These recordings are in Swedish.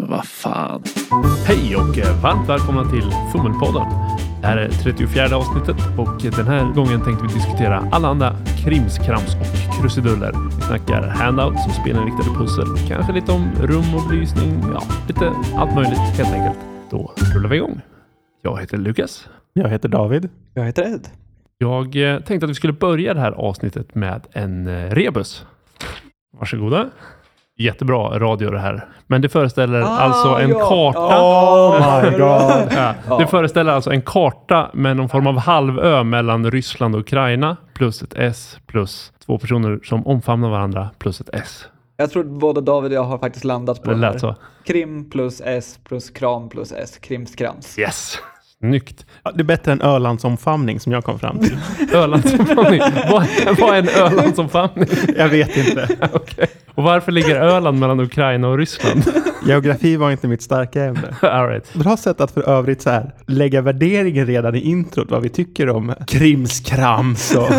Vad fan. Hej och varmt välkomna till Fummelpodden. Det här är 34 avsnittet och den här gången tänkte vi diskutera alla andra krimskrams och krusiduller. Vi snackar handouts och spelinriktade pussel. Kanske lite om rum och belysning. Ja, lite allt möjligt helt enkelt. Då rullar vi igång. Jag heter Lukas. Jag heter David. Jag heter Ed. Jag tänkte att vi skulle börja det här avsnittet med en rebus. Varsågoda. Jättebra radio det här. Men det föreställer alltså en karta. Oh my god. Ja, det föreställer alltså en karta med någon form av halvö mellan Ryssland och Ukraina plus ett S plus två personer som omfamnar varandra plus ett S. Jag tror både David och jag har faktiskt landat på Det det lät här. så. Krim plus S plus kram plus S. Krimskrams. Yes. Snyggt. Ja, det är bättre än Ölandsomfamning som jag kom fram till. Ölandsomfamning. Vad är en Ölandsomfamning? Jag vet inte. Okay. Och varför ligger Öland mellan Ukraina och Ryssland? Geografi var inte mitt starka ämne. All right. Bra sätt att för övrigt så här lägga värderingen redan i introt vad vi tycker om krimskrams och...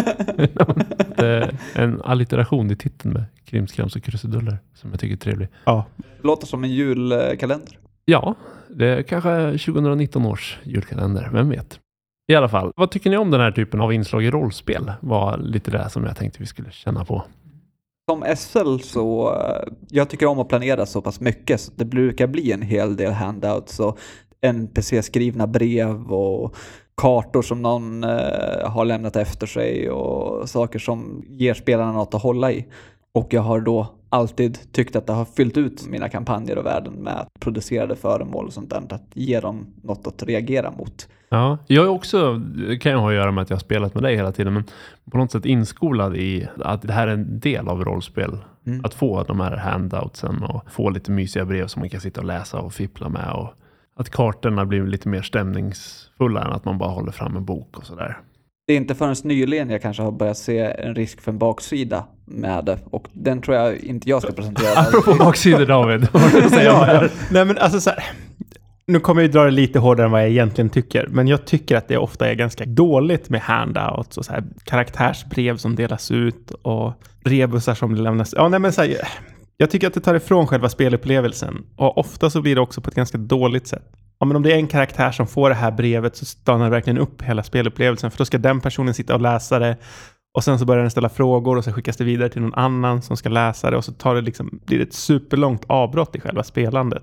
En alliteration i titeln med krimskrams och krusiduller som jag tycker är trevlig. Ja. Låter som en julkalender. Ja, det är kanske 2019 års julkalender, vem vet. I alla fall, vad tycker ni om den här typen av inslag i rollspel? Var lite det som jag tänkte vi skulle känna på. Som SL så, jag tycker om att planera så pass mycket så det brukar bli en hel del handouts och NPC-skrivna brev och kartor som någon har lämnat efter sig och saker som ger spelarna något att hålla i. Och jag har då alltid tyckt att det har fyllt ut mina kampanjer och världen med producerade föremål och sånt där, att ge dem något att reagera mot. Ja, jag är också, kan ju ha att göra med att jag har spelat med dig hela tiden, men på något sätt inskolad i att det här är en del av rollspel. Att få de här handoutsen och få lite mysiga brev som man kan sitta och läsa och fippla med och att kartorna blir lite mer stämningsfulla än att man bara håller fram en bok och sådär. Det är inte förrän nyligen jag kanske har börjat se en risk för en baksida med det. Och den tror jag inte jag ska presentera. Apropå baksidor, David. Nej men alltså så här, nu kommer jag ju dra det lite hårdare än vad jag egentligen tycker. Men jag tycker att det ofta är ganska dåligt med handouts och så här karaktärsbrev som delas ut och rebusar som lämnas. Ja, nej men så här, jag tycker att det tar ifrån själva spelupplevelsen. Och ofta så blir det också på ett ganska dåligt sätt. Ja, men om det är en karaktär som får det här brevet så stannar det verkligen upp hela spelupplevelsen. För då ska den personen sitta och läsa det. Och sen så börjar den ställa frågor och så skickas det vidare till någon annan som ska läsa det. Och så blir det ett superlångt avbrott i själva spelandet.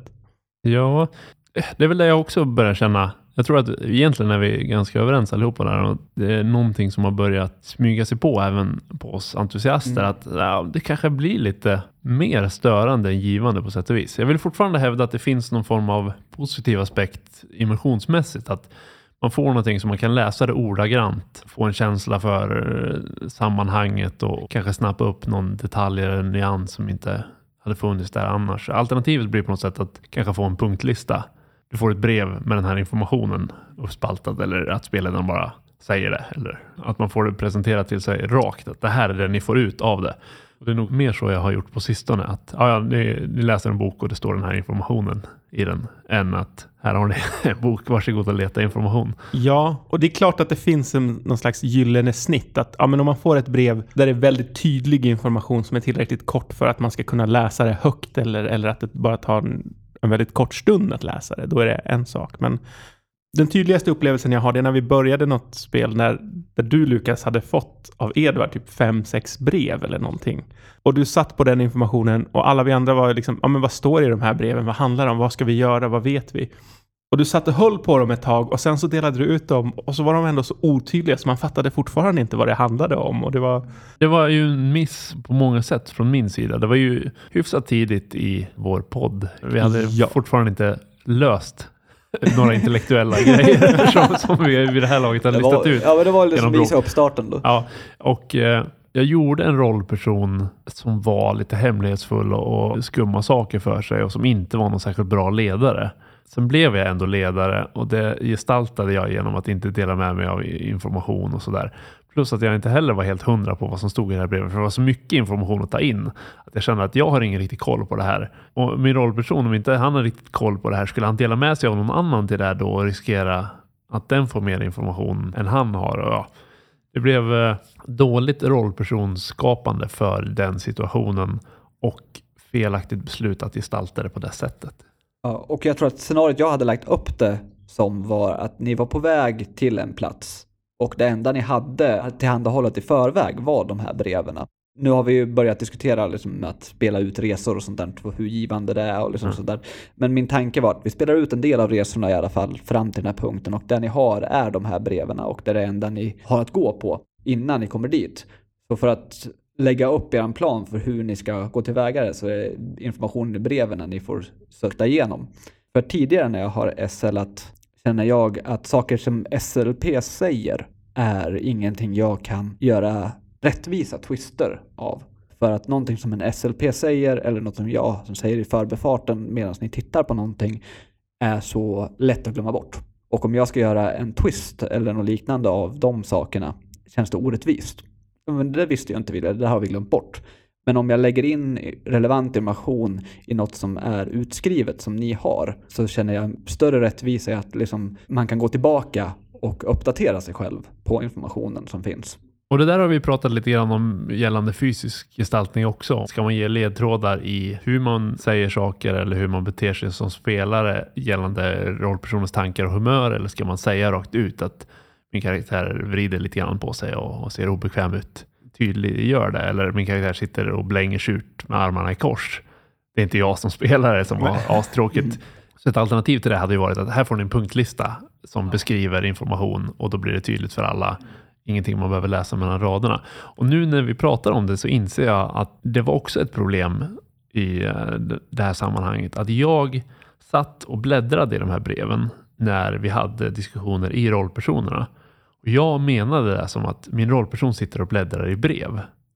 Ja, det är väl det jag också börjar känna. Jag tror att egentligen är vi ganska överens allihopa där. Och det är någonting som har börjat smyga sig på även på oss entusiaster. Att det kanske blir lite mer störande än givande på sätt och vis. Jag vill fortfarande hävda att det finns någon form av positiv aspekt immersionsmässigt. Att man får någonting som man kan läsa det ordagrant. Få en känsla för sammanhanget och kanske snappa upp någon detalj eller en nyans som inte hade funnits där annars. Alternativet blir på något sätt att kanske få en punktlista. Du får ett brev med den här informationen uppspaltad eller att spelaren bara säger det. Eller att man får det presenterat till sig rakt. Att det här är det ni får ut av det. Och det är nog mer så jag har gjort på sistone. Att ni läser en bok och det står den här informationen i den. Än att här har ni en bok, varsågod att leta information. Ja, och det är klart att det finns någon slags gyllene snitt. Att men om man får ett brev där det är väldigt tydlig information som är tillräckligt kort för att man ska kunna läsa det högt. Eller att det bara tar en väldigt kort stund att läsa det. Då är det en sak. Men den tydligaste upplevelsen jag har det är när vi började något spel där du, Lukas, hade fått av Edvard typ 5-6 brev eller någonting. Och du satt på den informationen och alla vi andra var liksom, men vad står i de här breven? Vad handlar det om? Vad ska vi göra? Vad vet vi? Och du satt och höll på dem ett tag och sen så delade du ut dem och så var de ändå så otydliga så man fattade fortfarande inte vad det handlade om. Och det var ju en miss på många sätt från min sida. Det var ju hyfsat tidigt i vår podd. Vi hade fortfarande inte löst några intellektuella grejer som vi vid det här laget hade listat ut. Ja, men det var liksom visa upp starten då. Ja, och jag gjorde en rollperson som var lite hemlighetsfull och skumma saker för sig och som inte var någon särskilt bra ledare. Sen blev jag ändå ledare och det gestaltade jag genom att inte dela med mig av information och sådär. Plus att jag inte heller var helt 100 på vad som stod i det här brevet. För det var så mycket information att ta in. Att jag kände att jag har ingen riktig koll på det här. Och min rollperson, om inte han har riktigt koll på det här, skulle han dela med sig av någon annan till det här då och riskera att den får mer information än han har. Och ja, det blev dåligt rollpersonskapande för den situationen och felaktigt beslut att gestalta det på det sättet. Ja, och jag tror att scenariot jag hade lagt upp det som var att ni var på väg till en plats och det enda ni hade tillhandahållet i förväg var de här breven. Nu har vi ju börjat diskutera liksom att spela ut resor och sånt där, hur givande det är och liksom sånt där. Men min tanke var att vi spelar ut en del av resorna i alla fall fram till den här punkten och det ni har är de här breven och det är det enda ni har att gå på innan ni kommer dit. Så för att lägga upp er plan för hur ni ska gå tillväga så är informationen i breven ni får söka igenom. För tidigare när jag har SLat känner jag att saker som SLP säger är ingenting jag kan göra rättvisa twister av. För att någonting som en SLP säger eller något som jag som säger i förbefarten medan ni tittar på någonting är så lätt att glömma bort. Och om jag ska göra en twist eller något liknande av de sakerna känns det orättvist. Men det visste jag inte vidare, det har vi glömt bort. Men om jag lägger in relevant information i något som är utskrivet som ni har så känner jag större rättvisa i att liksom man kan gå tillbaka och uppdatera sig själv på informationen som finns. Och det där har vi pratat lite grann om gällande fysisk gestaltning också. Ska man ge ledtrådar i hur man säger saker eller hur man beter sig som spelare gällande rollpersonens tankar och humör, eller ska man säga rakt ut att min karaktär vrider lite grann på sig och ser obekväm ut? Tydliggör det, eller min karaktär sitter och blänger surt med armarna i kors. Det är inte jag som spelare som har astråkigt. Så ett alternativ till det hade ju varit att här får ni en punktlista som beskriver information och då blir det tydligt för alla. Ingenting man behöver läsa mellan raderna. Och nu när vi pratar om det så inser jag att det var också ett problem i det här sammanhanget. Att jag satt och bläddrade i de här breven när vi hade diskussioner i rollpersonerna. Och jag menade det som att min rollperson sitter och bläddrar i brev.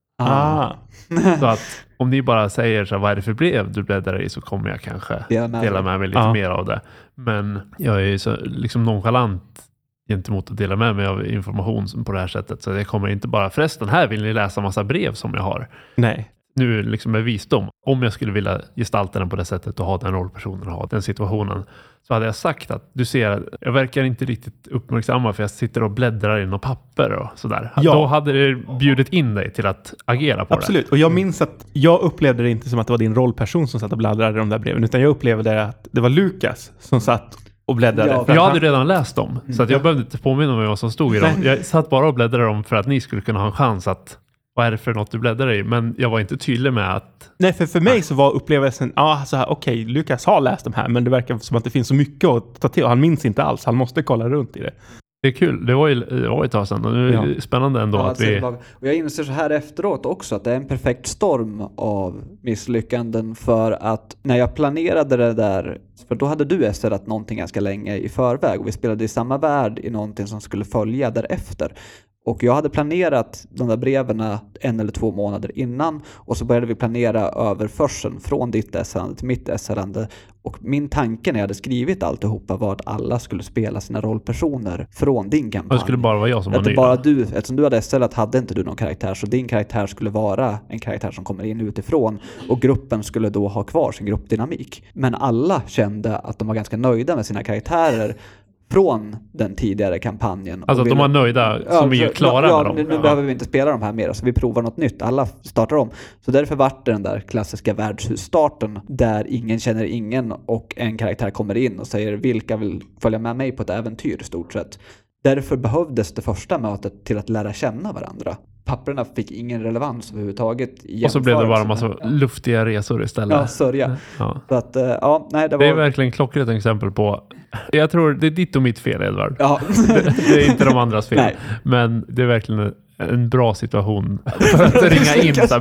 Så att om ni bara säger så här, vad är det för brev du bläddrar i, så kommer jag kanske dela med mig lite mer av det. Men jag är så liksom nonchalant gentemot att dela med mig av information på det här sättet. Så jag kommer inte bara, förresten här vill ni läsa massa brev som jag har. Nej. Nu liksom med visdom. Om jag skulle vilja gestalta den på det sättet och ha den rollpersonen och ha den situationen, så hade jag sagt att du ser, jag verkar inte riktigt uppmärksamma för jag sitter och bläddrar i något papper och sådär. Ja. Då hade det bjudit in dig till att agera på det. Absolut. Och jag minns att jag upplevde det inte som att det var din rollperson som satt och bläddrade i de där breven, utan jag upplevde att det var Lukas som satt och bläddrade. Ja, jag hade redan läst dem, så att jag behövde inte påminna mig vad som stod i dem. Jag satt bara och bläddrade dem för att ni skulle kunna ha en chans att vad är det för något du bläddrar i? Men jag var inte tydlig med att... Nej, för mig så var upplevelsen så här, okej, Lukas har läst de här, men det verkar som att det finns så mycket att ta till och han minns inte alls. Han måste kolla runt i det. Det är kul. Det var ju ett tag sedan. Och nu är det spännande ändå att vi... Och jag inser så här efteråt också att det är en perfekt storm av misslyckanden, för att när jag planerade det där, för då hade du SLat någonting ganska länge i förväg och vi spelade i samma värld i någonting som skulle följa därefter. Och jag hade planerat de där breven 1 eller 2 månader innan och så började vi planera överförseln från ditt SLande till mitt SLande. Och min tanke när jag hade skrivit alltihopa var att alla skulle spela sina rollpersoner från din kampanj. Det skulle bara vara jag som var ny. Bara du, eftersom du hade SLat hade inte du någon karaktär, så din karaktär skulle vara en karaktär som kommer in utifrån och gruppen skulle då ha kvar sin gruppdynamik. Men alla kände att de var ganska nöjda med sina karaktärer från den tidigare kampanjen. Alltså att de var nöjda som vi är klara med dem. Nu behöver vi inte spela de här mer, så vi provar något nytt. Alla startar om. Så därför vart det den där klassiska värdshustarten där ingen känner ingen och en karaktär kommer in och säger vilka vill följa med mig på ett äventyr i stort sett. Därför behövdes det första mötet till att lära känna varandra. Papperna fick ingen relevans överhuvudtaget. Och så blev det bara en massa luftiga resor istället. Ja, sörja. Ja. Så att, nej, det är verkligen klockrent exempel på... Jag tror det är ditt och mitt fel, Edvard. Ja. Det är inte de andras fel. Nej. Men det är verkligen en bra situation för att ringa in så här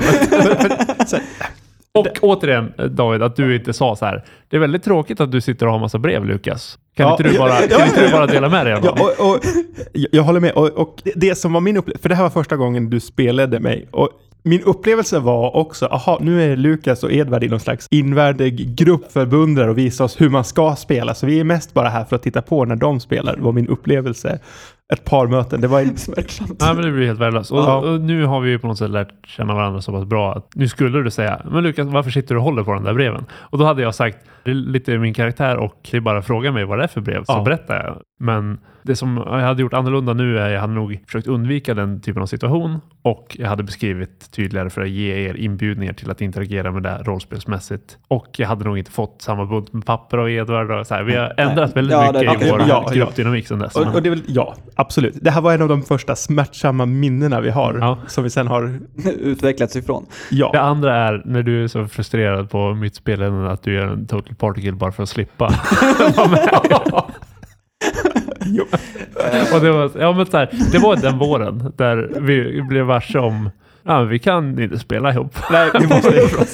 problemet. Och återigen, David, att du inte sa så här. Det är väldigt tråkigt att du sitter och har massa brev, Lukas. Kan inte du bara dela med dig av dem? Jag håller med. Och det som var min upplevelse, för det här var första gången du spelade mig. Och min upplevelse var också, nu är Lukas och Edvard i någon slags invärdig gruppförbundare och visar oss hur man ska spela. Så vi är mest bara här för att titta på när de spelar. Det var min upplevelse. Ett par möten. Det var smärtsamt. Ja, men det blir helt värdelöst. Och nu har vi ju på något sätt lärt känna varandra så pass bra att nu skulle du säga, men Lukas, varför sitter du och håller på den där breven? Och då hade jag sagt, det är lite min karaktär och det är bara fråga mig vad det är för brev, så berättar jag. Men det som jag hade gjort annorlunda nu är att jag hade nog försökt undvika den typen av situation och jag hade beskrivit tydligare för att ge er inbjudningar till att interagera med det rollspelsmässigt. Och jag hade nog inte fått samma bunt med papper och Edvard och så här. Vi har ändrat väldigt mycket i vår gruppdynamik sedan dess. Och det är väl, ja, absolut. Det här var en av de första smärtsamma minnena vi har som vi sen har utvecklats ifrån. Ja. Det andra är när du är så frustrerad på mitt spelande att du gör en total party kill bara för att slippa vara med. Och det var, men så här, det var den våren där vi blev varse om vi kan inte spela ihop. Nej, vi måste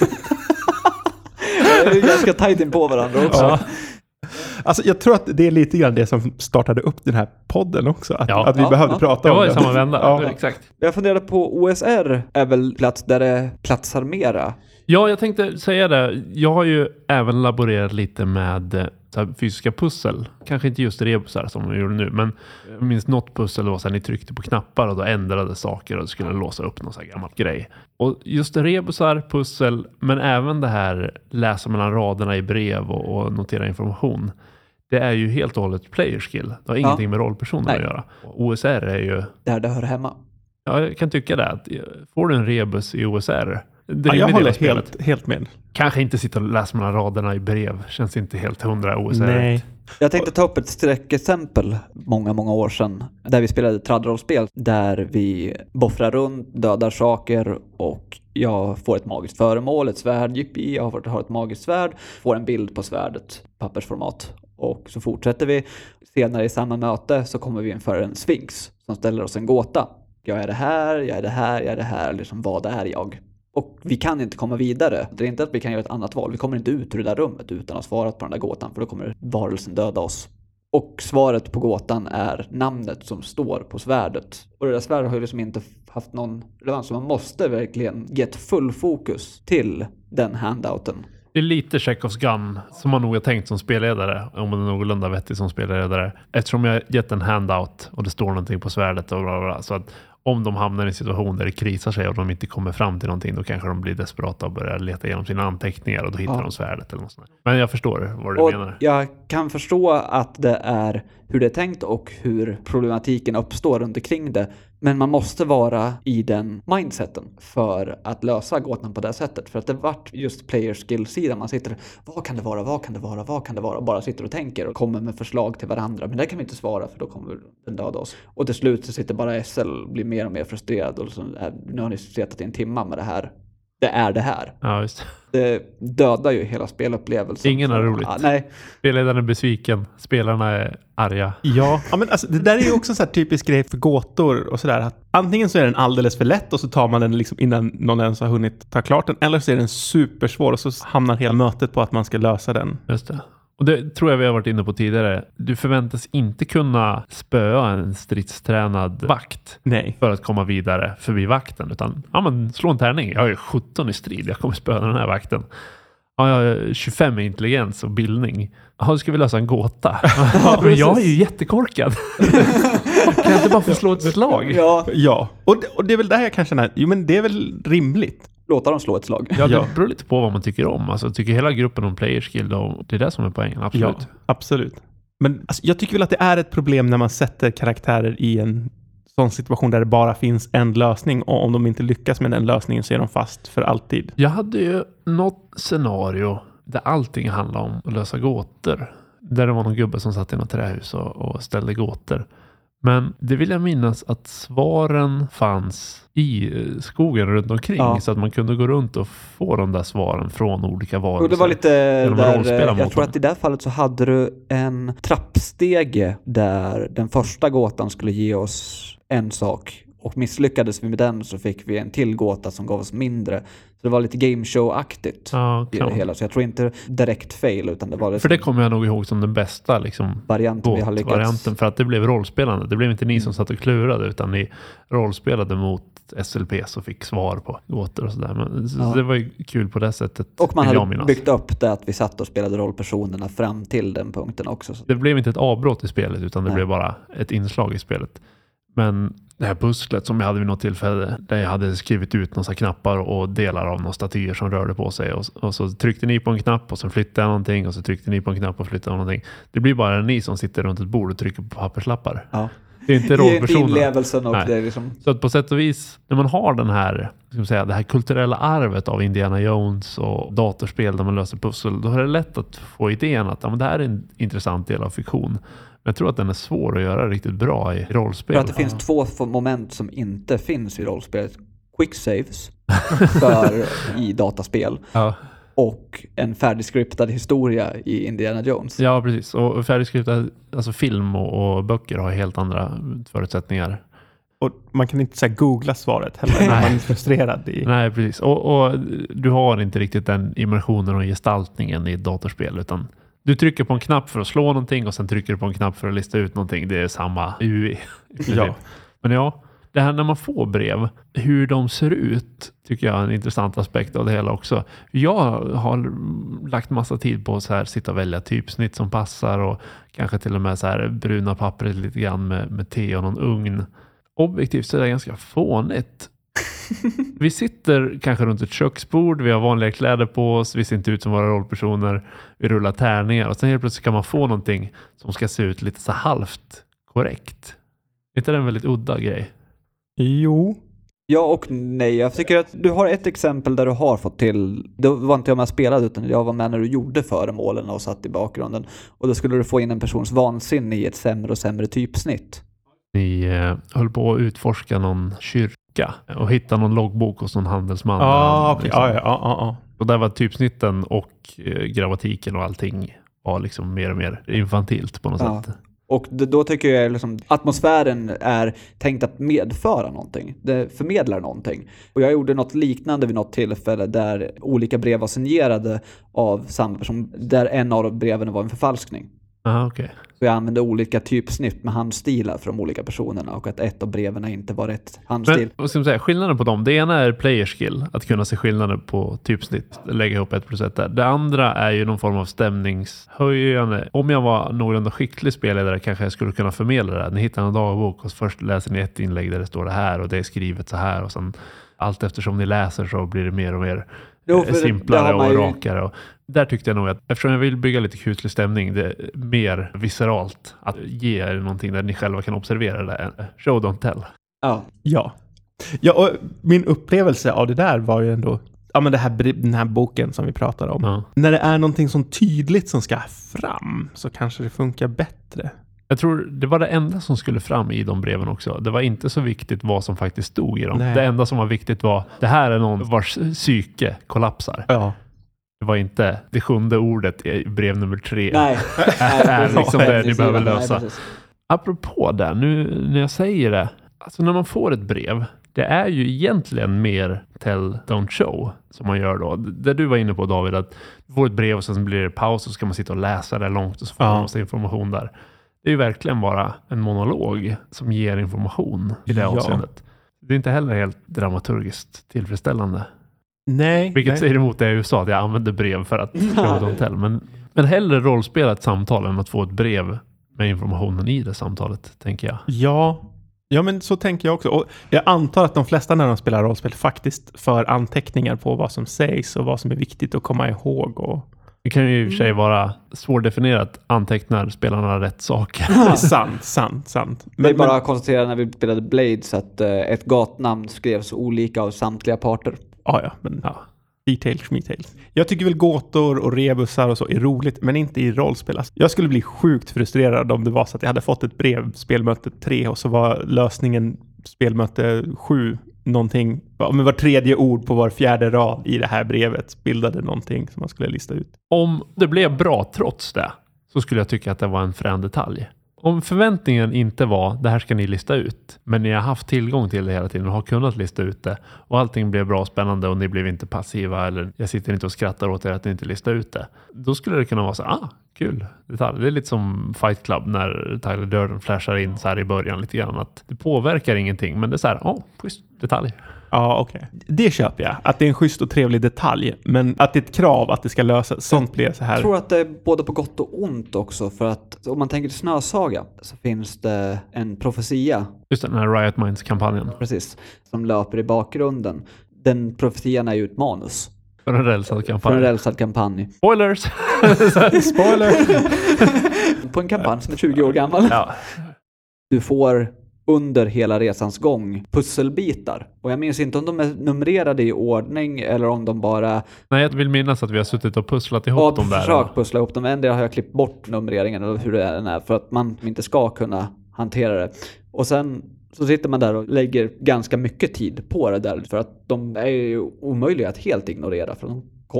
det är ganska tajt in på varandra också. Ja. Alltså jag tror att det är lite grann det som startade upp den här podden också. Att vi behövde prata om det. Det var i samma vända. Ja. Exakt. Jag funderade på OSR är väl plats där det platsar mera. Ja, jag tänkte säga det. Jag har ju även laborerat lite med så här, fysiska pussel. Kanske inte just rebusar som vi gjorde nu, men jag minns något pussel var så här, ni tryckte på knappar och då ändrade saker och det skulle låsa upp någon så här gammal grej. Och just rebusar, pussel, men även det här läsa mellan raderna i brev och notera information. Det är ju helt och hållet player skill. Det har ingenting med rollpersoner att göra. Och OSR är ju... Där det hör hemma. Ja, jag kan tycka det. Att får du en rebus i OSR... jag håller helt med. Kanske inte sitta och läsa mellan raderna i brev. Känns inte helt 100 OSR. Nej. Jag tänkte ta upp ett skräckexempel många år sedan. Där vi spelade traddrollspel. Där vi boffrar runt, dödar saker och jag får ett magiskt föremål, ett svärd. Yippie, jag har ett magiskt svärd. Får en bild på svärdet, pappersformat. Och så fortsätter vi. Senare i samma möte så kommer vi inför en sphinx som ställer oss en gåta. Jag är det här, jag är det här, jag är det här. Liksom, vad är jag? Och vi kan inte komma vidare. Det är inte att vi kan göra ett annat val. Vi kommer inte ut ur det där rummet utan att ha svarat på den där gåtan. För då kommer varelsen döda oss. Och svaret på gåtan är namnet som står på svärdet. Och det där svärdet har ju liksom inte haft någon relevans. Så man måste verkligen ge ett full fokus till den handouten. Det är lite Chekhovs gun som man nog har tänkt som spelledare, om man är någorlunda vettig som spelledare. Eftersom jag gett en handout och det står någonting på svärdet och bla bla, så att om de hamnar i en situation där det krisar sig och de inte kommer fram till någonting, då kanske de blir desperata och börjar leta igenom sina anteckningar och då hittar de svärdet eller något sånt. Men jag förstår vad du menar. Jag kan förstå att det är hur det är tänkt och hur problematiken uppstår runt omkring det. Men man måste vara i den mindseten för att lösa gåtan på det sättet. För att det vart just player skill-sidan. Man sitter, vad kan det vara, vad kan det vara, vad kan det vara? Bara sitter och tänker och kommer med förslag till varandra. Men det kan vi inte svara för då kommer den döda oss. Och till slut så sitter bara SL och blir mer och mer frustrerad. Och så, nu har ni suttit i en timme med det här. Det är det här. Ja, just. Det dödar ju hela spelupplevelsen. Ingen är roligt. Nej. Spelledaren är besviken. Spelarna är arga. Ja, men alltså, det där är ju också en sån här typisk grej för gåtor och sådär. Att antingen så är den alldeles för lätt och så tar man den liksom innan någon ens har hunnit ta klart den. Eller så är den supersvår och så hamnar hela mötet på att man ska lösa den. Just det. Och det tror jag vi har varit inne på tidigare. Du förväntas inte kunna spöa en stridstränad vakt. Nej. För att komma vidare förbi vakten. Utan, slå en tärning. Jag har ju 17 i strid. Jag kommer spöa den här vakten. Ja, jag har 25 i intelligens och bildning. Ja, ska vi lösa en gåta? Men jag är ju jättekorkad. Kan jag inte bara få slå ett slag? Ja. Och det är väl där jag kan känna, men det är väl rimligt. Låta dem slå ett slag. Ja, det beror lite på vad man tycker om. Alltså, tycker hela gruppen om player skill då, det är det som är poängen, absolut. Ja, absolut. Men alltså, jag tycker väl att det är ett problem när man sätter karaktärer i en sån situation där det bara finns en lösning och om de inte lyckas med den lösningen så är de fast för alltid. Jag hade ju något scenario där allting handlade om att lösa gåtor. Där det var någon gubbe som satt i något trähus och ställde gåtor. Men det vill jag minnas att svaren fanns i skogen runt omkring så att man kunde gå runt och få de där svaren från olika varelser. Och det var lite där, jag tror att i det här fallet så hade du en trappstege där den första gåtan skulle ge oss en sak och misslyckades vi med den så fick vi en till gåta som gav oss mindre. Så det var lite gameshow-aktigt i det hela. Så jag tror inte direkt fail utan det var liksom, för det kommer jag nog ihåg som den bästa liksom, varianten vi har lyckats. Varianten, för att det blev rollspelande. Det blev inte ni som satt och klurade utan ni rollspelade mot SLP som fick svar på gåtor och sådär. Men, så det var ju kul på det sättet. Och man hade byggt upp det att vi satt och spelade rollpersonerna fram till den punkten också. Det blev inte ett avbrott i spelet utan det blev bara ett inslag i spelet. Men det här pusslet som jag hade vid något tillfälle, där jag hade skrivit ut några knappar och delar av några statyer som rörde på sig, och så tryckte ni på en knapp och så flyttade jag någonting, och så tryckte ni på en knapp och flyttade någonting. Det blir bara ni som sitter runt ett bord och trycker på papperslappar. Ja. Det är inte rollpersoner. Inlevelsen och det är liksom... Så att på sätt och vis, när man har den här, ska man säga, det här kulturella arvet av Indiana Jones och datorspel där man löser pussel, då är det lätt att få idén att det här är en intressant del av fiktion. Men jag tror att den är svår att göra riktigt bra i rollspel. För att det finns två moment som inte finns i rollspelet. Quick saves i dataspel. Ja. Och en färdigskriptad historia i Indiana Jones. Ja, precis. Och färdigskriptad, alltså film och böcker har helt andra förutsättningar. Och man kan inte säga googla svaret heller när man är frustrerad. Nej, precis. Och du har inte riktigt den immersionen och gestaltningen i ett datorspel, utan du trycker på en knapp för att slå någonting och sen trycker du på en knapp för att lista ut någonting. Det är samma UI. Ja. Men ja, det här när man får brev, hur de ser ut tycker jag är en intressant aspekt av det hela också. Jag har lagt massa tid på att så här sitta och välja typsnitt som passar, och kanske till och med så här bruna pappret lite grann med te och någon ugn. Objektivt så är det ganska fånigt. Vi sitter kanske runt ett köksbord, vi har vanliga kläder på oss, vi ser inte ut som våra rollpersoner, vi rullar tärningar, och sen helt plötsligt kan man få någonting som ska se ut lite så halvt korrekt. Är inte det en väldigt udda grej? Jo. Ja och nej. Jag tycker att du har ett exempel där du har fått till, då var inte jag med och spelade utan jag var med när du gjorde föremålen och satt i bakgrunden. Och då skulle du få in en persons vansinne i ett sämre och sämre typsnitt. Ni höll på att utforska någon kyrka och hitta någon loggbok hos någon handelsman. Okej. Liksom. Ja. Och där var typsnitten och grammatiken och allting var liksom mer och mer infantilt på något sätt. Och då tycker jag liksom, atmosfären är tänkt att medföra någonting. Det förmedlar någonting. Och jag gjorde något liknande vid något tillfälle där olika brev var signerade av samma person. Där en av breven var en förfalskning. Aha, okay. Så jag använde olika typsnitt med handstilar för de olika personerna, och att ett av breven inte var rätt handstil. Men vad ska man säga, skillnaden på dem, det ena är player skill, att kunna se skillnaden på typsnitt, lägga ihop 1+1 där. Det andra är ju någon form av stämningshöjande. Om jag var någorlunda skicklig spelledare kanske jag skulle kunna förmedla det. Ni hittar en dagbok och först läser ni ett inlägg där det står det här och det är skrivet så här, och sen allt eftersom ni läser så blir det mer och mer simplare och rakare. Och där tyckte jag nog att eftersom jag vill bygga lite kuslig stämning, det är mer visceralt att ge er någonting där ni själva kan observera det. Show don't tell. Ja, och min upplevelse av det där var ju ändå men den här boken som vi pratar om. Ja. När det är någonting som tydligt som ska fram så kanske det funkar bättre. Jag tror det var det enda som skulle fram i de breven också. Det var inte så viktigt vad som faktiskt stod i dem. Nej. Det enda som var viktigt var, det här är någon vars psyke kollapsar. Ja. Det var inte det 7:e ordet i brev nummer 3. Nej. är liksom det ni behöver lösa. Nej, apropå det, nu när jag säger det. Alltså när man får ett brev, det är ju egentligen mer tell, don't show som man gör då. Det du var inne på, David, att du får ett brev och sen blir det paus och så ska man sitta och läsa det långt och så får man massa information där. Det är ju verkligen bara en monolog som ger information i det avseendet. Det är inte heller helt dramaturgiskt tillfredsställande. Nej. Vilket säger emot det jag sa, att jag använder brev för att show don't tell. Men hellre rollspela ett samtal än att få ett brev med informationen i det samtalet, tänker jag. Ja, men så tänker jag också. Och jag antar att de flesta när de spelar rollspel faktiskt för anteckningar på vad som sägs och vad som är viktigt att komma ihåg. Och det kan ju i och för sig vara svårdefinierat, antecknar spelarna rätt saker. Sant. Men, vi bara konstaterade när vi spelade Blades att ett gatnamn skrevs olika av samtliga parter. Ja. Details. Jag tycker väl gåtor och rebusar och så är roligt, men inte i rollspel. Alltså, jag skulle bli sjukt frustrerad om det var så att jag hade fått ett brev, spelmöte 3, och så var lösningen spelmöte 7 någonting. Men var tredje ord på var fjärde rad i det här brevet bildade någonting som man skulle lista ut. Om det blev bra trots det, så skulle jag tycka att det var en frän detalj. Om förväntningen inte var, det här ska ni lista ut, men ni har haft tillgång till det hela tiden och har kunnat lista ut det, och allting blev bra och spännande och ni blev inte passiva, eller jag sitter inte och skrattar åt er att ni inte listar ut det, då skulle det kunna vara så, kul detalj. Det är lite som Fight Club när Tyler Durden flashar in så här i början lite grann, att det påverkar ingenting, men det är så här, schysst detalj. Ja, okej. Det köper jag. Att det är en schysst och trevlig detalj. Men att det är ett krav att det ska lösas. Sånt blir så här. Jag tror att det är både på gott och ont också. För att om man tänker till Snösaga så finns det en profetia. Just den här Riot Minds-kampanjen. Precis. Som löper i bakgrunden. Den profetian är ju ett manus. För en rälsad kampanj. För en rälsad kampanj. Spoilers! Spoiler! På en kampanj som är 20 år gammal. Ja. Du får under hela resans gång pusselbitar. Och jag minns inte om de är numrerade i ordning eller om de bara... Nej, jag vill minnas att vi har suttit och pusslat ihop dem där. Försök pussla ihop dem. En del har jag klippt bort numreringen eller hur det är för att man inte ska kunna hantera det. Och sen så sitter man där och lägger ganska mycket tid på det där för att de är ju omöjliga att helt ignorera för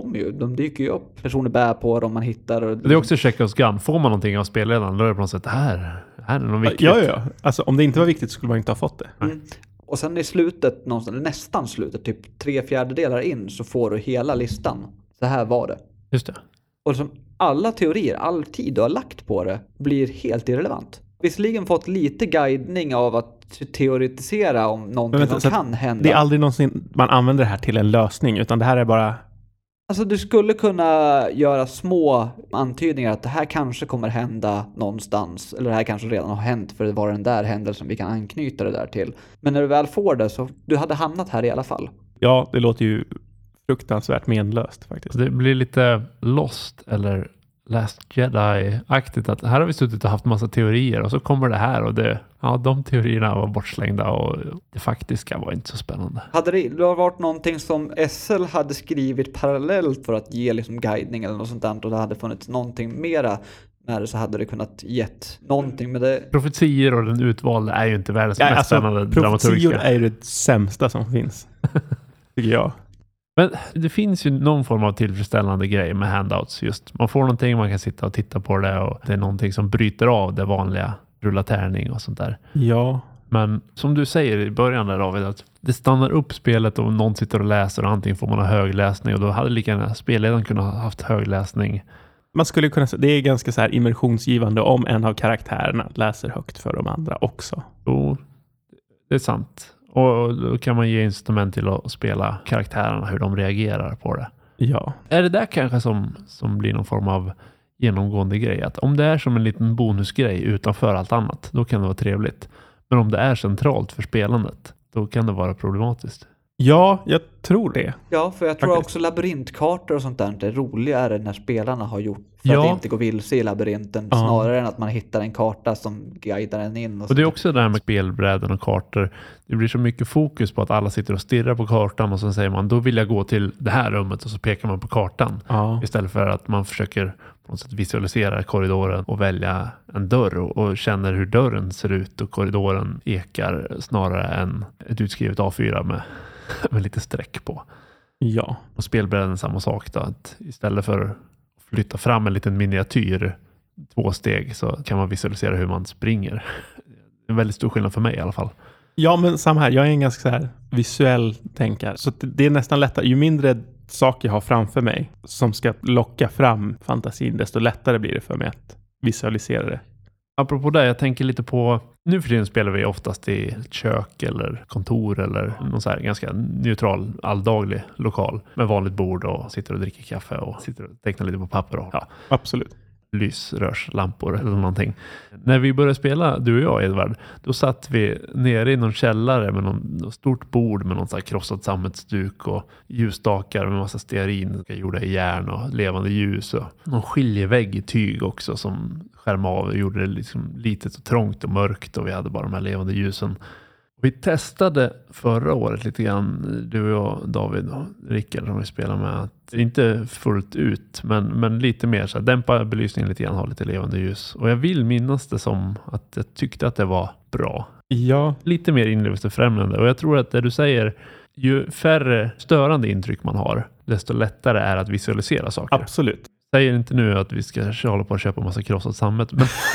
de dyker ju upp. Personer bär på dem man hittar. Och det är också Chekhovs gun. Får man någonting av spelledaren då är det på något sätt här är något viktigt. Ja. Alltså om det inte var viktigt skulle man inte ha fått det. Mm. Och sen i slutet, nästan slutet, typ 3/4 in så får du hela listan. Så här var det. Just det. Och som alla teorier, all tid du har lagt på det blir helt irrelevant. Visserligen fått lite guidning av att teoretisera om någonting som kan hända. Det är aldrig någonsin man använder det här till en lösning utan det här är bara... Alltså du skulle kunna göra små antydningar att det här kanske kommer hända någonstans. Eller det här kanske redan har hänt för det var den där händelsen vi kan anknyta det där till. Men när du väl får det så du hade hamnat här i alla fall. Ja, det låter ju fruktansvärt menlöst faktiskt. Det blir lite Lost eller Last Jedi-aktigt att här har vi suttit och haft massa teorier och så kommer det här och de teorierna var bortslängda och det faktiska var inte så spännande. Hade det varit någonting som SL hade skrivit parallellt för att ge liksom guidning eller något sånt där och det hade funnits någonting mera när det så hade det kunnat gett någonting med det. Profetier och den utvalda är ju inte världens mest spännande dramaturgiska. Profetior är ju det sämsta som finns, tycker jag. Men det finns ju någon form av tillfredsställande grej med handouts. Just man får någonting, man kan sitta och titta på det och det är någonting som bryter av det vanliga rulla tärning och sånt där. Ja. Men som du säger i början där David, att det stannar upp spelet och någon sitter och läser och antingen får man ha högläsning och då hade lika gärna spelledaren kunnat ha haft högläsning. Man skulle kunna säga, det är ganska så här immersionsgivande om en av karaktärerna läser högt för de andra också. Jo, det är sant. Och då kan man ge instrument till att spela karaktärerna, hur de reagerar på det. Ja. Är det där kanske som blir någon form av genomgående grej? Att om det är som en liten bonusgrej utanför allt annat, då kan det vara trevligt. Men om det är centralt för spelandet, då kan det vara problematiskt. Ja, jag tror det. Ja, för jag tror också labyrintkartor och sånt där är roligare när spelarna har gjort för att inte gå vilse i labyrinten snarare än att man hittar en karta som guidar en in. Och det är också det här med spelbräden och kartor. Det blir så mycket fokus på att alla sitter och stirrar på kartan och så säger man, då vill jag gå till det här rummet och så pekar man på kartan. Ja. Istället för att man försöker på något sätt visualisera korridoren och välja en dörr och känner hur dörren ser ut och korridoren ekar snarare än ett utskrivet A4 med lite streck på. Ja. Och spelbräden samma sak då. Att istället för att flytta fram en liten miniatyr 2 steg så kan man visualisera hur man springer. Det är en väldigt stor skillnad för mig i alla fall. Ja, men samma här. Jag är en ganska så här visuell tänkare. Så det är nästan lättare. Ju mindre saker jag har framför mig som ska locka fram fantasin, desto lättare blir det för mig att visualisera det. Apropå det, jag tänker lite på, nu för tiden spelar vi oftast i ett kök eller kontor eller någon så här ganska neutral, alldaglig lokal med vanligt bord och sitter och dricker kaffe och sitter och tecknar lite på papper och absolut. Lysrörslampor eller någonting. När vi började spela, du och jag Edvard, då satt vi nere i någon källare med något stort bord med någon så här krossad sammetsduk och ljusstakar med massa stearin gjorda i järn och levande ljus och någon skiljevägg i tyg också som skärmade av och gjorde det liksom litet och trångt och mörkt och vi hade bara de här levande ljusen. Vi testade förra året lite grann, du och jag, David och Rickard som vi spelar med, att inte fullt ut men lite mer så här, dämpa belysningen lite grann, ha lite levande ljus. Och jag vill minnas det som att jag tyckte att det var bra. Ja. Lite mer inlevelsefrämjande. Och jag tror att det du säger, ju färre störande intryck man har, desto lättare är att visualisera saker. Absolut. Säger inte nu att vi ska hålla på och köpa en massa krossat sammet,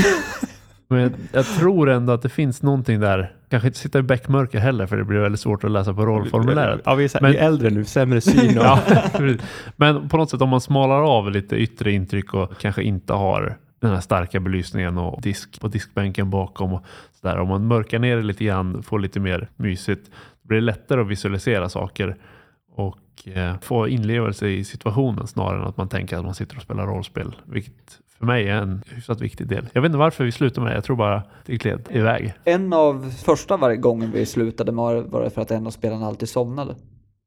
men jag tror ändå att det finns någonting där. Kanske inte sitta i bäckmörker heller, för det blir väldigt svårt att läsa på rollformuläret. Ja, vi är äldre nu, sämre syn. Ja, men på något sätt om man smalar av lite yttre intryck och kanske inte har den här starka belysningen och disk på diskbänken bakom och sådär. Om man mörkar ner det lite grann, får lite mer mysigt, Det blir lättare att visualisera saker och få inlevelse i situationen snarare än att man tänker att man sitter och spelar rollspel. Vilket för mig är en hyfsat viktig del. Jag vet inte varför vi slutade med det. Jag tror bara det gled iväg. En av första varje gången vi slutade var det för att en av spelarna alltid somnade.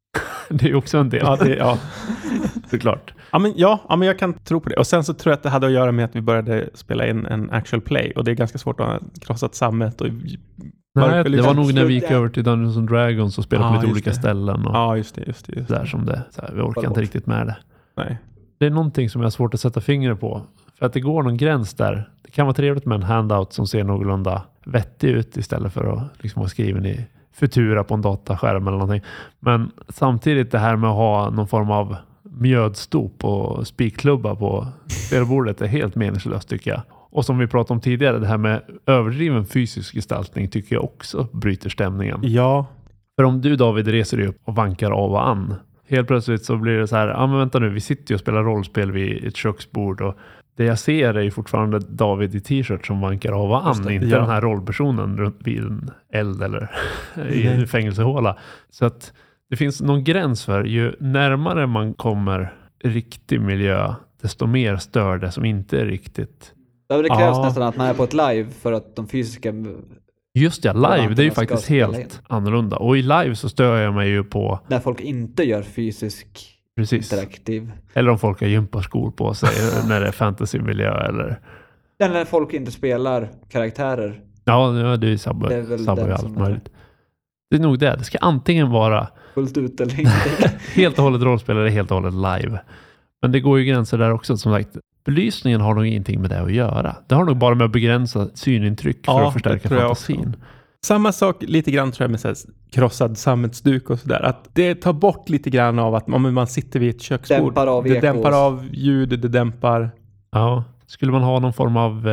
Det är ju också en del. Ja. Såklart. Ja, men jag kan tro på det. Och sen så tror jag att det hade att göra med att vi började spela in en actual play. Och det är ganska svårt att ha krossat sammet. Och Nej, det var nog när vi gick över till Dungeons and Dragons och spelade på lite olika ställen. Och ja, just det. där som det. Så här, vi orkar inte riktigt med det. Nej. Det är någonting som jag har svårt att sätta fingret på. För att det går någon gräns där. Det kan vara trevligt med en handout som ser någorlunda vettig ut istället för att liksom vara skriven i Futura på en dataskärm eller någonting. Men samtidigt det här med att ha någon form av mjödstop och spikklubba på spelbordet är helt meningslöst tycker jag. Och som vi pratade om tidigare, det här med överdriven fysisk gestaltning tycker jag också bryter stämningen. Ja. För om du David reser dig upp och vankar av och an. Helt plötsligt så blir det så här, men vänta nu, vi sitter ju och spelar rollspel vid ett köksbord och det jag ser är ju fortfarande David i t-shirt som vankar av och an, inte den här rollpersonen runt vid en eld eller i en fängelsehåla. Så att det finns någon gräns för ju närmare man kommer riktig miljö, desto mer stör det som inte är riktigt. Det krävs nästan att man är på ett live för att de fysiska... Just det, live, det är ju faktiskt helt annorlunda. Och i live så stör jag mig ju på... När folk inte gör fysisk interaktiv. Eller om folk har gympaskor på sig när det är fantasymiljö eller... Eller när folk inte spelar karaktärer. Ja, det är sabbar ju allt möjligt. Det är nog det. Det ska antingen vara... fullt ut eller inte. helt och hållet rollspel eller helt och hållet live. Men det går ju gränser där också. Som sagt, belysningen har nog ingenting med det att göra. Det har nog bara med att begränsa synintryck för att förstärka fantasin. Samma sak lite grann tror jag med så här, krossad sammetsduk och sådär. Att det tar bort lite grann av att om man sitter vid ett köksbord. Det dämpar av ljud, det dämpar... Ja, skulle man ha någon form av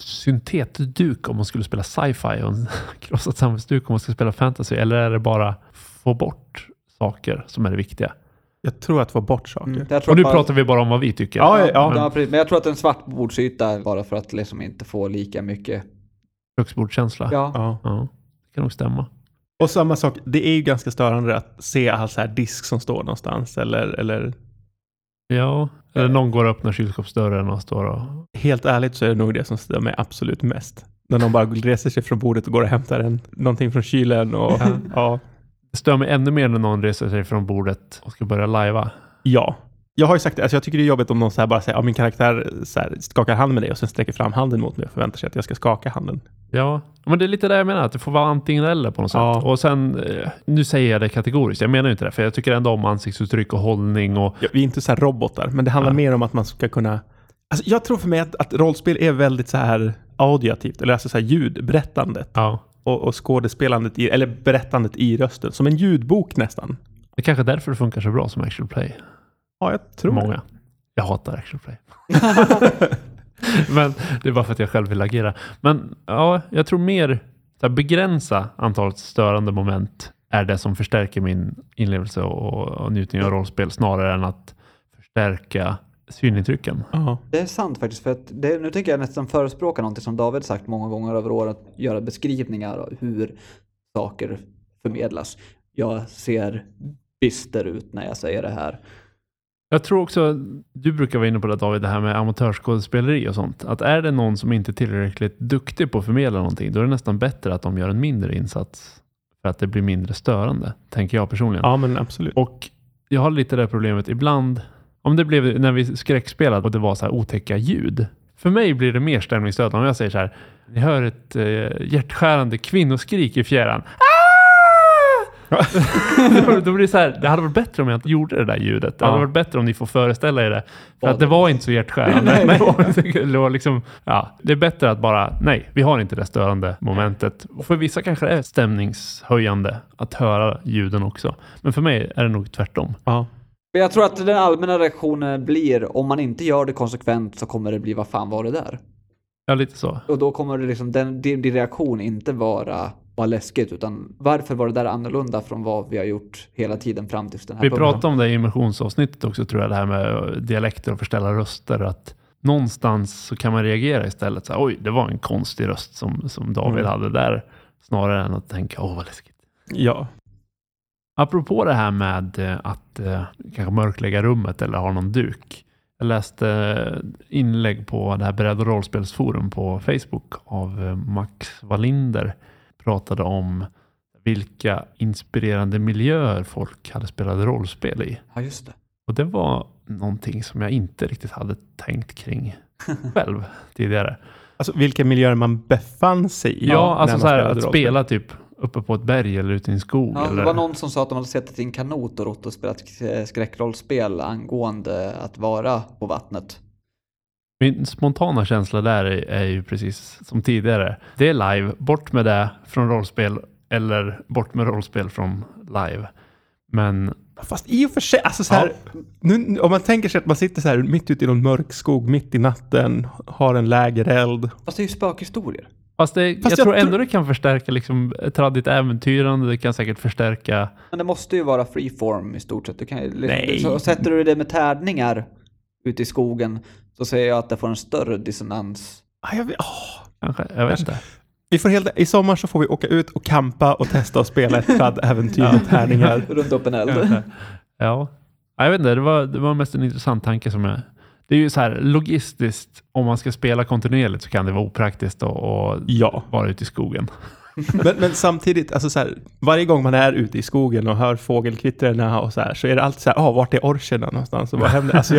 syntetduk om man skulle spela sci-fi och en krossad sammetsduk om man ska spela fantasy? Eller är det bara få bort saker som är det viktiga? Jag tror att få bort saker. Och nu pratar vi bara om vad vi tycker. Ja, men jag tror att en svart bordsyta bara för att liksom inte få lika mycket köksbordskänsla. Ja. Det kan nog stämma. Och samma sak, det är ju ganska störande att se all så här disk som står någonstans eller... Ja, eller någon går och öppnar kylskåpsdörren och står och... Helt ärligt så är det nog det som stör mig absolut mest. När någon bara reser sig från bordet och går och hämtar någonting från kylen och... ja. Det stör mig ännu mer när någon reser sig från bordet och ska börja lajva. Ja. Jag har ju sagt det, alltså jag tycker det är jobbigt om någon så här bara säger min karaktär så här, skakar hand med dig och sen sträcker fram handen mot mig och förväntar sig att jag ska skaka handen. Ja, men det är lite det jag menar, att det får vara antingen eller på något sätt. Och sen, nu säger jag det kategoriskt, jag menar ju inte det, för jag tycker ändå om ansiktsuttryck och hållning. Och... Ja, vi är inte så här robotar, men det handlar mer om att man ska kunna... Alltså jag tror för mig att rollspel är väldigt så här audiativt, eller alltså så här ljudberättandet. Ja. Och skådespelandet, eller berättandet i rösten, som en ljudbok nästan. Det är kanske därför det funkar så bra som actual play. Ja, jag tror många. Jag hatar actual play. Men det är bara för att jag själv vill agera. Men ja, jag tror mer att begränsa antalet störande moment är det som förstärker min inlevelse och njutning av rollspel snarare än att förstärka synintrycken. Det är sant faktiskt, för att nu tycker jag nästan förespråka något som David sagt många gånger över året, att göra beskrivningar av hur saker förmedlas. Jag ser bister ut när jag säger det här. Jag tror också, du brukar vara inne på det David, det här med amatörskådespeleri och sånt. Att är det någon som inte är tillräckligt duktig på att förmedla någonting, då är det nästan bättre att de gör en mindre insats för att det blir mindre störande, tänker jag personligen. Ja, men absolut. Och jag har lite det problemet ibland, om det blev när vi skräckspelade och det var så här otäcka ljud. För mig blir det mer stämningsstöd om jag säger så här, ni hör ett hjärtskärande kvinnoskrik i fjärran. Då blir det så här, det hade varit bättre om jag inte gjorde det där ljudet. Det hade varit bättre om ni får föreställa er det. För att det var inte så hjärtskärande. Det var liksom, det är bättre att bara, nej, vi har inte det störande momentet. Och för vissa kanske det är stämningshöjande att höra ljuden också. Men för mig är det nog tvärtom. Ja. Jag tror att den allmänna reaktionen blir, om man inte gör det konsekvent så kommer det bli, vad fan var det där? Ja, lite så. Och då kommer det liksom, din reaktion inte vara läskigt, utan varför var det där annorlunda från vad vi har gjort hela tiden fram till den här punkten. Vi pratade om det i immersionsavsnittet också, tror jag, det här med dialekter och förställa röster, att någonstans så kan man reagera istället så här, oj, det var en konstig röst som David hade där, snarare än att tänka, vad läskigt. Ja. Apropå det här med att kanske mörklägga rummet eller ha någon duk. Jag läste inlägg på det här Beredd- och rollspelsforum på Facebook av Max Wallinder. Pratade om vilka inspirerande miljöer folk hade spelat rollspel i. Ja, just det. Och det var någonting som jag inte riktigt hade tänkt kring själv tidigare. Alltså vilka miljöer man befann sig i. Ja, alltså så här, att rollspel. spela typ uppe på ett berg eller ute i en skog. Ja, eller... det var någon som sa att de hade sett i en kanot och rått och spelat skräckrollspel angående att vara på vattnet. Min spontana känsla där är ju precis som tidigare. Det är live, bort med det från rollspel eller bort med rollspel från live. Men Fast i och för sig, alltså så här, nu, om man tänker sig att man sitter så här mitt ute i någon mörk skog, mitt i natten, har en lägereld. Fast det är ju spökhistorier. Fast jag tror ändå det kan förstärka liksom ett tradit äventyrande. Det kan säkert förstärka... Men det måste ju vara freeform i stort sett. Du kan, Nej. Så sätter du det med tärningar ute i skogen så säger jag att det får en större dissonans. Kanske, jag vet inte. Vi får i sommar så får vi åka ut och campa och testa att spela ett träd-äventyr med tärningar. Runt upp en eld. Ja, jag vet inte. Det var mest en intressant tanke som är... Det är ju så här logistiskt, om man ska spela kontinuerligt så kan det vara opraktiskt och vara ute i skogen. Men samtidigt, alltså så här, varje gång man är ute i skogen och hör fågelkvittrarna och så här, så är det alltid så här, vart är orcherna någonstans? Och vad händer? Alltså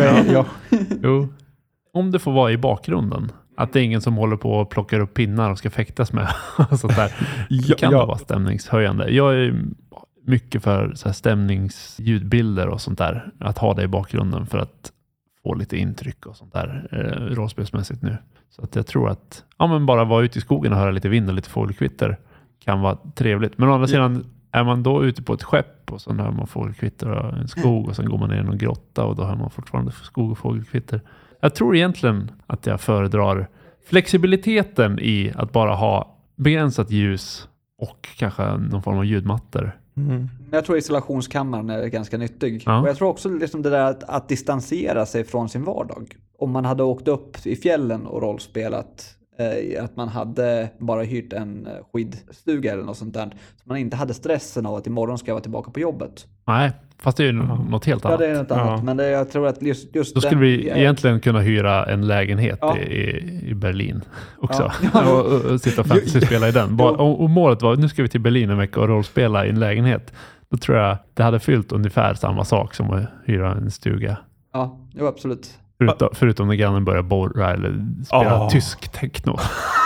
Jo. Om det får vara i bakgrunden. Att det är ingen som håller på och plockar upp pinnar och ska fäktas med. Sånt där. Det kan vara stämningshöjande. Jag är mycket för så här stämningsljudbilder och sånt där. Att ha det i bakgrunden för att få lite intryck och sånt där rollspelsmässigt nu. Så att jag tror att men bara vara ute i skogen och höra lite vind och lite fågelkvitter kan vara trevligt. Men å andra sidan, är man då ute på ett skepp och så hör man fågelkvitter och en skog och sen går man ner i någon grotta och då hör man fortfarande skog och fågelkvitter. Jag tror egentligen att jag föredrar flexibiliteten i att bara ha begränsat ljus och kanske någon form av ljudmattor. Mm. Jag tror isolationskammaren är ganska nyttig. Ja. Och jag tror också liksom det där att distansera sig från sin vardag. Om man hade åkt upp i fjällen och rollspelat, att man hade bara hyrt en skidstuga eller något sånt där. Så man inte hade stressen av att imorgon ska jag vara tillbaka på jobbet. Nej, fast det är ju något helt annat. Ja, det är något annat. Men jag tror att just då skulle vi egentligen kunna hyra en lägenhet i Berlin också. Ja. och sitta och fantasy-spela i den. Och målet var, nu ska vi till Berlin en vecka och rollspela i en lägenhet. Då tror jag det hade fyllt ungefär samma sak som att hyra en stuga. Ja, jo, absolut. Förutom när grannen börjar borra eller spela tysk techno.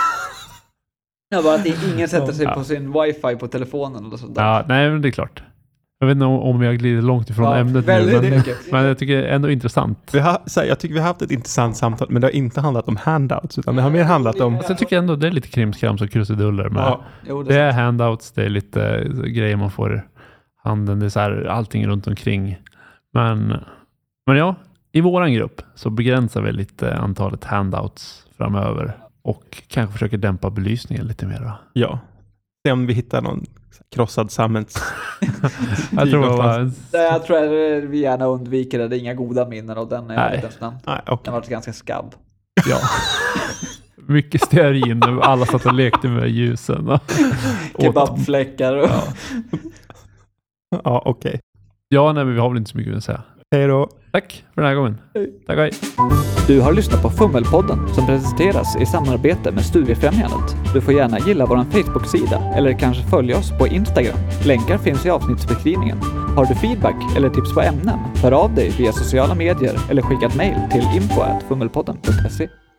Ja, bara att ingen sätter sig på sin wifi på telefonen eller sånt där. Ja, nej, men det är klart. Jag vet inte om jag glider långt ifrån ämnet nu, men jag tycker det är ändå intressant. Jag tycker vi har haft ett intressant samtal, men det har inte handlat om handouts, utan det har mer handlat om... Alltså, jag tycker ändå det är lite krimskrams och krusiduller. Med. Ja, det är handouts, det är lite grejer man får i handen, det är så här, allting runt omkring. Men ja, i våran grupp så begränsar vi lite antalet handouts framöver och kanske försöker dämpa belysningen lite mer. Va? Ja, se om vi hittar någon krossad sammets. jag tror att vi gärna undviker det. Det är inga goda minnen av den. Nej, den har varit ganska skabb. Ja. Mycket stearin. Alla satt och lekte med ljusen. Kebabfläckar. Ja, okej. Ja, nej, men vi har väl inte så mycket att säga. Hej då. Tack för den här gången. Tack. Du har lyssnat på Fummelpodden som presenteras i samarbete med Studiefrämjandet. Du får gärna gilla vår Facebook-sida eller kanske följa oss på Instagram. Länkar finns i avsnittsbeskrivningen. Har du feedback eller tips på ämnen? Hör av dig via sociala medier eller skicka ett mejl till info@fummelpodden.se.